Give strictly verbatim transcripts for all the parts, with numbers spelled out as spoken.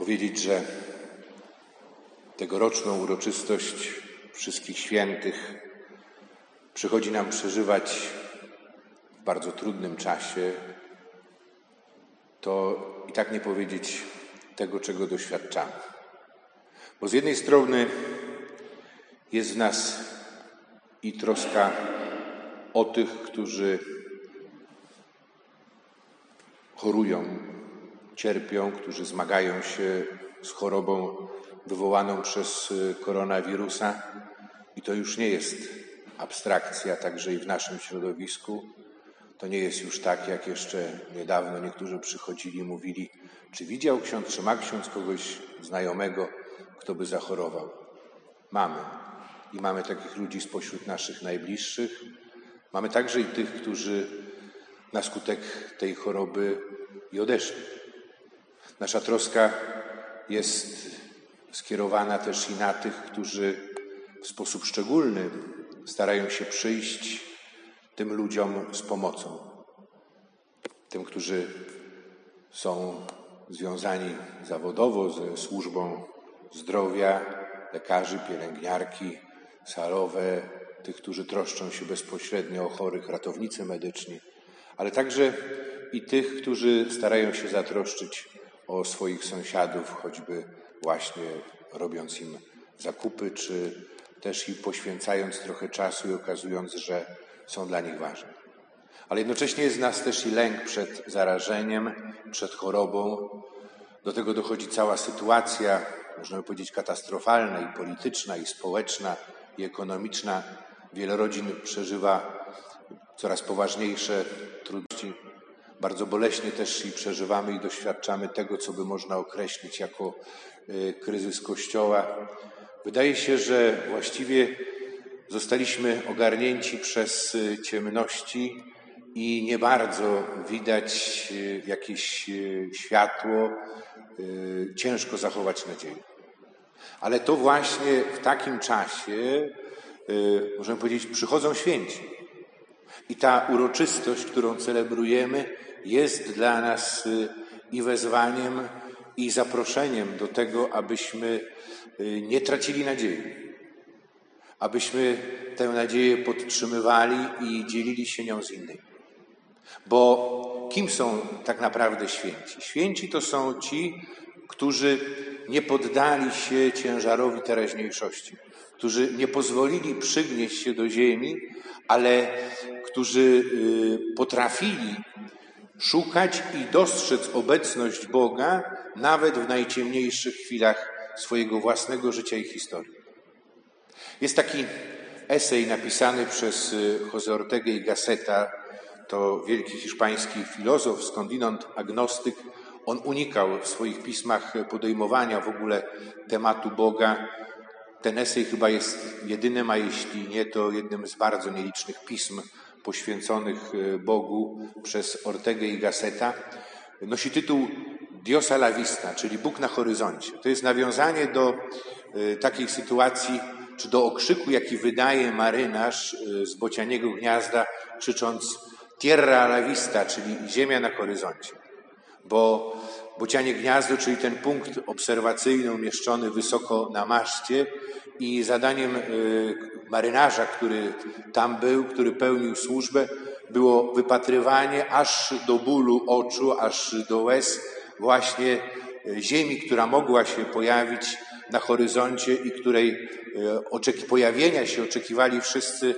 powiedzieć, że tegoroczną uroczystość Wszystkich Świętych przychodzi nam przeżywać w bardzo trudnym czasie, to i tak nie powiedzieć tego, czego doświadczamy. Bo z jednej strony jest w nas i troska o tych, którzy chorują, cierpią, którzy zmagają się z chorobą wywołaną przez koronawirusa. I to już nie jest abstrakcja, także i w naszym środowisku. To nie jest już tak, jak jeszcze niedawno niektórzy przychodzili i mówili, czy widział ksiądz, czy ma ksiądz kogoś znajomego, kto by zachorował. Mamy. I mamy takich ludzi spośród naszych najbliższych. Mamy także i tych, którzy na skutek tej choroby i odeszli. Nasza troska jest skierowana też i na tych, którzy w sposób szczególny starają się przyjść tym ludziom z pomocą. Tym, którzy są związani zawodowo ze służbą zdrowia, lekarzy, pielęgniarki, salowe, tych, którzy troszczą się bezpośrednio o chorych, ratownicy medyczni, ale także i tych, którzy starają się zatroszczyć o swoich sąsiadów, choćby właśnie robiąc im zakupy, czy też i poświęcając trochę czasu i okazując, że są dla nich ważni. Ale jednocześnie jest w nas też i lęk przed zarażeniem, przed chorobą. Do tego dochodzi cała sytuacja, można by powiedzieć, katastrofalna i polityczna, i społeczna, i ekonomiczna. Wiele rodzin przeżywa coraz poważniejsze trudności. Bardzo boleśnie też i przeżywamy i doświadczamy tego, co by można określić jako kryzys Kościoła. Wydaje się, że właściwie zostaliśmy ogarnięci przez ciemności i nie bardzo widać jakieś światło. Ciężko zachować nadzieję. Ale to właśnie w takim czasie, możemy powiedzieć, przychodzą święci. I ta uroczystość, którą celebrujemy, jest dla nas i wezwaniem, i zaproszeniem do tego, abyśmy nie tracili nadziei. Abyśmy tę nadzieję podtrzymywali i dzielili się nią z innymi. Bo kim są tak naprawdę święci? Święci to są ci, którzy nie poddali się ciężarowi teraźniejszości, którzy nie pozwolili przygnieść się do ziemi, ale którzy potrafili szukać i dostrzec obecność Boga nawet w najciemniejszych chwilach swojego własnego życia i historii. Jest taki esej napisany przez José Ortegę y Gasseta, to wielki hiszpański filozof, skądinąd agnostyk. On unikał w swoich pismach podejmowania w ogóle tematu Boga. Ten esej chyba jest jedynym, a jeśli nie, to jednym z bardzo nielicznych pism poświęconych Bogu przez Ortegę y Gasseta. Nosi tytuł Dios a la vista, czyli Bóg na horyzoncie. To jest nawiązanie do takiej sytuacji, czy do okrzyku, jaki wydaje marynarz z bocianiego gniazda, krzycząc Tierra a la vista, czyli ziemia na horyzoncie. Bo bocianie gniazdo, czyli ten punkt obserwacyjny umieszczony wysoko na maszcie, i zadaniem marynarza, który tam był, który pełnił służbę, było wypatrywanie aż do bólu oczu, aż do łez właśnie ziemi, która mogła się pojawić na horyzoncie i której oczeki- pojawienia się oczekiwali wszyscy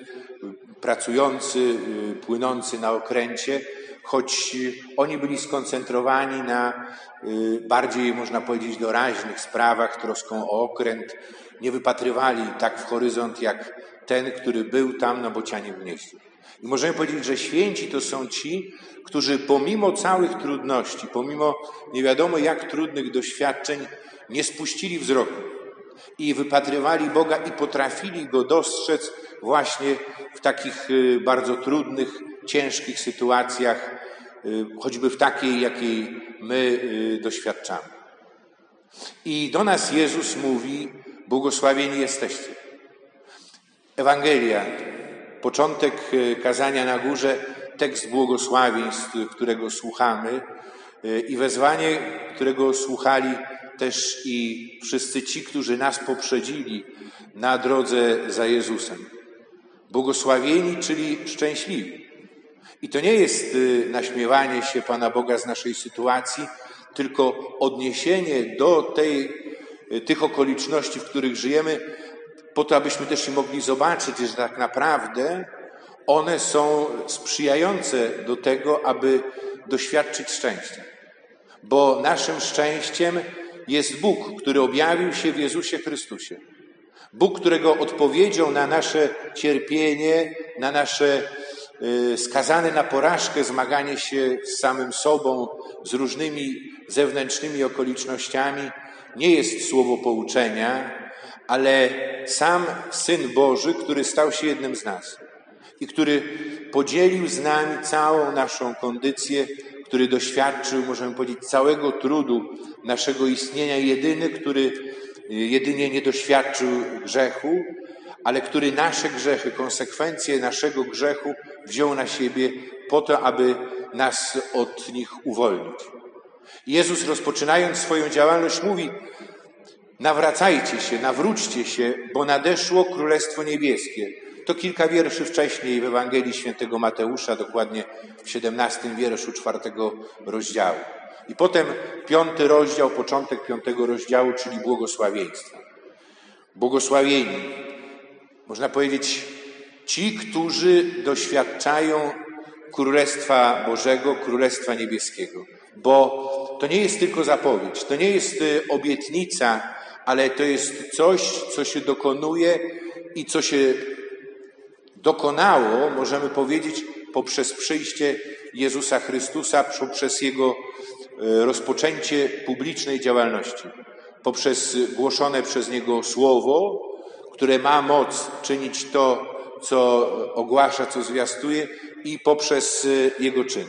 pracujący, płynący na okręcie, choć oni byli skoncentrowani na bardziej, można powiedzieć, doraźnych sprawach, troską o okręt. Nie wypatrywali tak w horyzont jak ten, który był tam na bocianim gnieździe. I możemy powiedzieć, że święci to są ci, którzy pomimo całych trudności, pomimo nie wiadomo jak trudnych doświadczeń, nie spuścili wzroku i wypatrywali Boga i potrafili Go dostrzec właśnie w takich bardzo trudnych, ciężkich sytuacjach, choćby w takiej, jakiej my doświadczamy. I do nas Jezus mówi, błogosławieni jesteście. Ewangelia, początek kazania na górze, tekst błogosławieństw, którego słuchamy, i wezwanie, którego słuchali też i wszyscy ci, którzy nas poprzedzili na drodze za Jezusem. Błogosławieni, czyli szczęśliwi. I to nie jest naśmiewanie się Pana Boga z naszej sytuacji, tylko odniesienie do tej, tych okoliczności, w których żyjemy, po to, abyśmy też i mogli zobaczyć, że tak naprawdę one są sprzyjające do tego, aby doświadczyć szczęścia. Bo naszym szczęściem jest Bóg, który objawił się w Jezusie Chrystusie. Bóg, którego odpowiedzią na nasze cierpienie, na nasze y, skazane na porażkę zmaganie się z samym sobą, z różnymi zewnętrznymi okolicznościami, nie jest słowo pouczenia, ale sam Syn Boży, który stał się jednym z nas i który podzielił z nami całą naszą kondycję, który doświadczył, możemy powiedzieć, całego trudu naszego istnienia, jedyny, który jedynie nie doświadczył grzechu, ale który nasze grzechy, konsekwencje naszego grzechu wziął na siebie po to, aby nas od nich uwolnić. Jezus, rozpoczynając swoją działalność, mówi: nawracajcie się, nawróćcie się, bo nadeszło Królestwo Niebieskie. To kilka wierszy wcześniej w Ewangelii Świętego Mateusza, dokładnie w siedemnastym wierszu czwartego rozdziału. I potem piąty rozdział, początek piątego rozdziału, czyli błogosławieństwa. Błogosławieni, można powiedzieć, ci, którzy doświadczają Królestwa Bożego, Królestwa Niebieskiego. Bo to nie jest tylko zapowiedź, to nie jest obietnica, ale to jest coś, co się dokonuje i co się dokonało, możemy powiedzieć, poprzez przyjście Jezusa Chrystusa, poprzez Jego rozpoczęcie publicznej działalności, poprzez głoszone przez Niego Słowo, które ma moc czynić to, co ogłasza, co zwiastuje, i poprzez Jego czyn.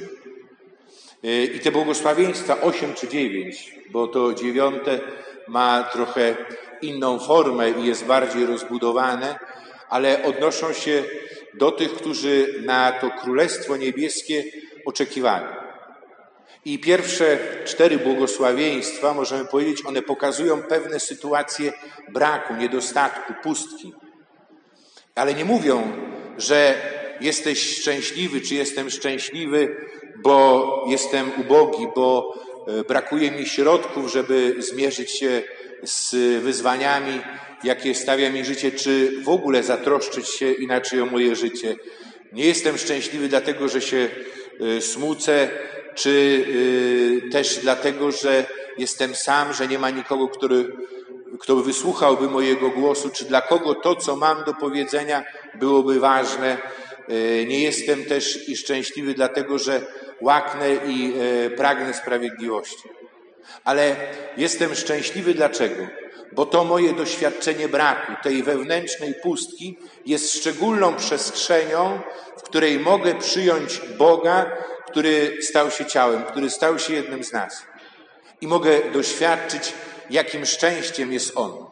I te błogosławieństwa, osiem czy dziewięć, bo to dziewiąte ma trochę inną formę i jest bardziej rozbudowane, ale odnoszą się do tych, którzy na to Królestwo Niebieskie oczekiwali. I pierwsze cztery błogosławieństwa, możemy powiedzieć, one pokazują pewne sytuacje braku, niedostatku, pustki. Ale nie mówią, że jesteś szczęśliwy, czy jestem szczęśliwy, bo jestem ubogi, bo brakuje mi środków, żeby zmierzyć się z wyzwaniami, jakie stawia mi życie, czy w ogóle zatroszczyć się inaczej o moje życie. Nie jestem szczęśliwy dlatego, że się smucę, czy też dlatego, że jestem sam, że nie ma nikogo, który, kto by wysłuchałby mojego głosu, czy dla kogo to, co mam do powiedzenia, byłoby ważne. Nie jestem też i szczęśliwy dlatego, że łaknę i pragnę sprawiedliwości. Ale jestem szczęśliwy dlaczego? Bo to moje doświadczenie braku, tej wewnętrznej pustki jest szczególną przestrzenią, w której mogę przyjąć Boga, który stał się ciałem, który stał się jednym z nas. I mogę doświadczyć, jakim szczęściem jest On.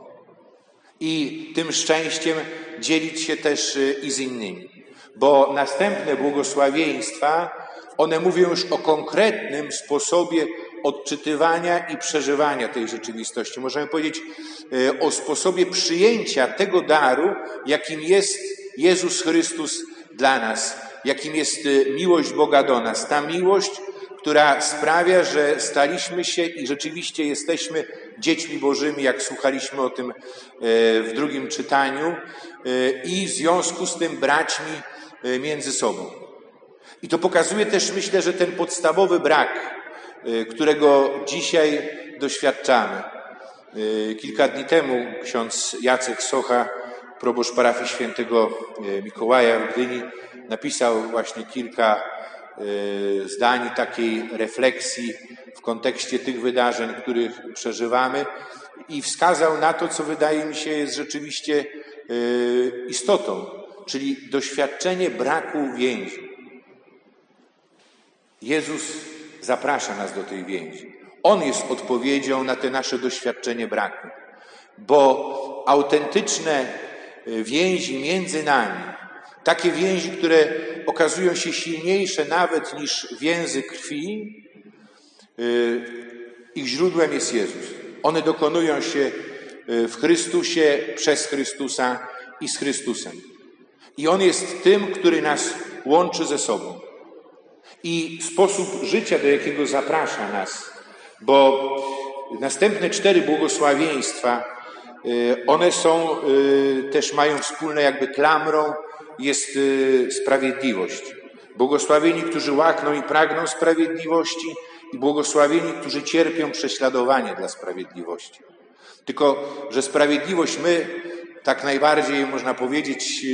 I tym szczęściem dzielić się też i z innymi. Bo następne błogosławieństwa, one mówią już o konkretnym sposobie odczytywania i przeżywania tej rzeczywistości. Możemy powiedzieć o sposobie przyjęcia tego daru, jakim jest Jezus Chrystus dla nas, jakim jest miłość Boga do nas. Ta miłość, która sprawia, że staliśmy się i rzeczywiście jesteśmy dziećmi Bożymi, jak słuchaliśmy o tym w drugim czytaniu, i w związku z tym braćmi między sobą. I to pokazuje też, myślę, że ten podstawowy brak, którego dzisiaj doświadczamy. Kilka dni temu ksiądz Jacek Socha, proboszcz parafii świętego Mikołaja w Gdyni, napisał właśnie kilka zdań takiej refleksji w kontekście tych wydarzeń, których przeżywamy, i wskazał na to, co wydaje mi się jest rzeczywiście istotą, czyli doświadczenie braku więzi. Jezus zaprasza nas do tej więzi. On jest odpowiedzią na te nasze doświadczenie braku, bo autentyczne więzi między nami, takie więzi, które okazują się silniejsze nawet niż więzy krwi, ich źródłem jest Jezus. One dokonują się w Chrystusie, przez Chrystusa i z Chrystusem. I On jest tym, który nas łączy ze sobą. I sposób życia, do jakiego zaprasza nas, bo następne cztery błogosławieństwa, one są, też mają wspólne jakby klamrą, jest sprawiedliwość. Błogosławieni, którzy łakną i pragną sprawiedliwości i błogosławieni, którzy cierpią prześladowanie dla sprawiedliwości. Tylko, że sprawiedliwość my tak najbardziej, można powiedzieć,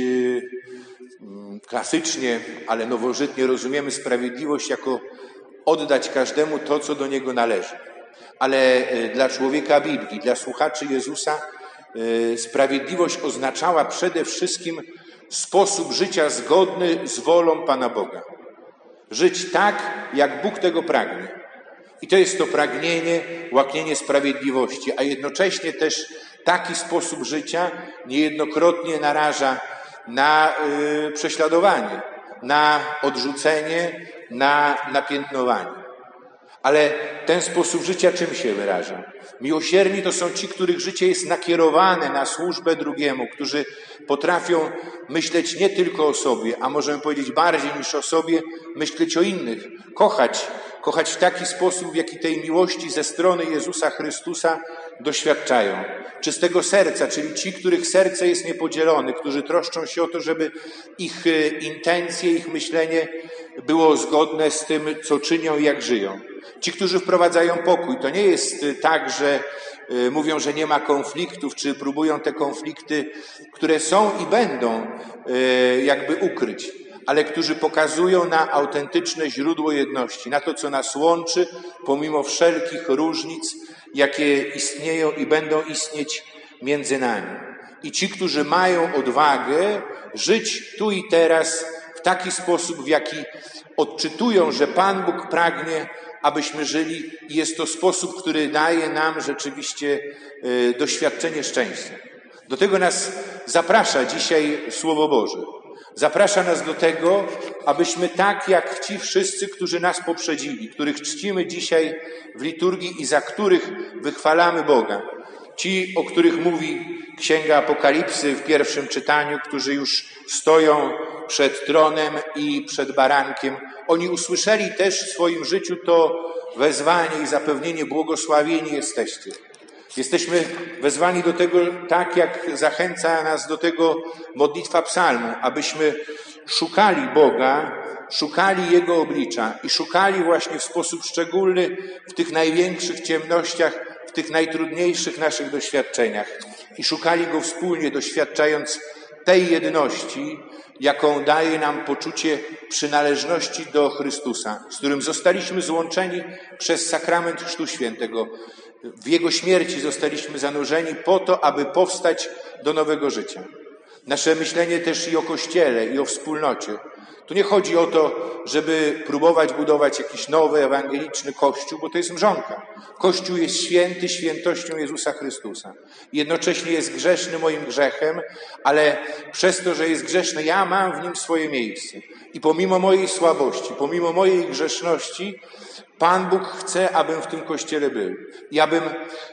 klasycznie, ale nowożytnie rozumiemy sprawiedliwość jako oddać każdemu to, co do niego należy. Ale dla człowieka Biblii, dla słuchaczy Jezusa, sprawiedliwość oznaczała przede wszystkim sposób życia zgodny z wolą Pana Boga. Żyć tak, jak Bóg tego pragnie. I to jest to pragnienie, łaknienie sprawiedliwości, a jednocześnie też taki sposób życia niejednokrotnie naraża na y, prześladowanie, na odrzucenie, na napiętnowanie. Ale ten sposób życia czym się wyraża? Miłosierni to są ci, których życie jest nakierowane na służbę drugiemu, którzy potrafią myśleć nie tylko o sobie, a możemy powiedzieć bardziej niż o sobie, myśleć o innych, kochać, kochać w taki sposób, w jaki tej miłości ze strony Jezusa Chrystusa doświadczają. Czystego serca, czyli ci, których serce jest niepodzielone, którzy troszczą się o to, żeby ich intencje, ich myślenie było zgodne z tym, co czynią i jak żyją. Ci, którzy wprowadzają pokój. To nie jest tak, że mówią, że nie ma konfliktów, czy próbują te konflikty, które są i będą, jakby ukryć, ale którzy pokazują na autentyczne źródło jedności, na to, co nas łączy, pomimo wszelkich różnic, jakie istnieją i będą istnieć między nami. I ci, którzy mają odwagę żyć tu i teraz w taki sposób, w jaki odczytują, że Pan Bóg pragnie, abyśmy żyli, i jest to sposób, który daje nam rzeczywiście y, doświadczenie szczęścia. Do tego nas zaprasza dzisiaj Słowo Boże. Zaprasza nas do tego, abyśmy tak jak ci wszyscy, którzy nas poprzedzili, których czcimy dzisiaj w liturgii i za których wychwalamy Boga. Ci, o których mówi Księga Apokalipsy w pierwszym czytaniu, którzy już stoją przed tronem i przed barankiem. Oni usłyszeli też w swoim życiu to wezwanie i zapewnienie: błogosławieni jesteście. Jesteśmy wezwani do tego, tak jak zachęca nas do tego modlitwa psalmu, abyśmy szukali Boga, szukali Jego oblicza i szukali właśnie w sposób szczególny w tych największych ciemnościach, w tych najtrudniejszych naszych doświadczeniach i szukali Go wspólnie, doświadczając tej jedności, jaką daje nam poczucie przynależności do Chrystusa, z którym zostaliśmy złączeni przez sakrament Chrztu Świętego. W Jego śmierci zostaliśmy zanurzeni po to, aby powstać do nowego życia. Nasze myślenie też i o Kościele, i o wspólnocie. Tu nie chodzi o to, żeby próbować budować jakiś nowy, ewangeliczny Kościół, bo to jest mrzonka. Kościół jest święty świętością Jezusa Chrystusa. Jednocześnie jest grzeszny moim grzechem, ale przez to, że jest grzeszny, ja mam w nim swoje miejsce. I pomimo mojej słabości, pomimo mojej grzeszności, Pan Bóg chce, abym w tym Kościele był i abym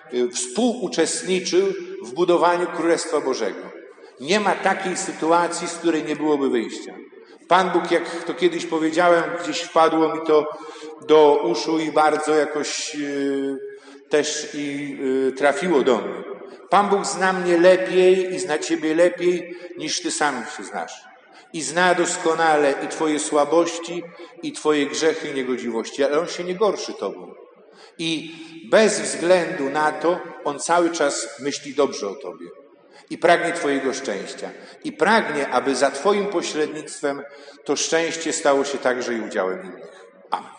współuczestniczył w budowaniu Królestwa Bożego. Nie ma takiej sytuacji, z której nie byłoby wyjścia. Pan Bóg, jak to kiedyś powiedziałem, gdzieś wpadło mi to do uszu i bardzo jakoś yy, też i yy, trafiło do mnie. Pan Bóg zna mnie lepiej i zna Ciebie lepiej, niż Ty sam się znasz. I zna doskonale i Twoje słabości, i Twoje grzechy i niegodziwości, ale On się nie gorszy Tobą. I bez względu na to, On cały czas myśli dobrze o Tobie. I pragnie Twojego szczęścia. I pragnie, aby za Twoim pośrednictwem to szczęście stało się także i udziałem innych. Amen.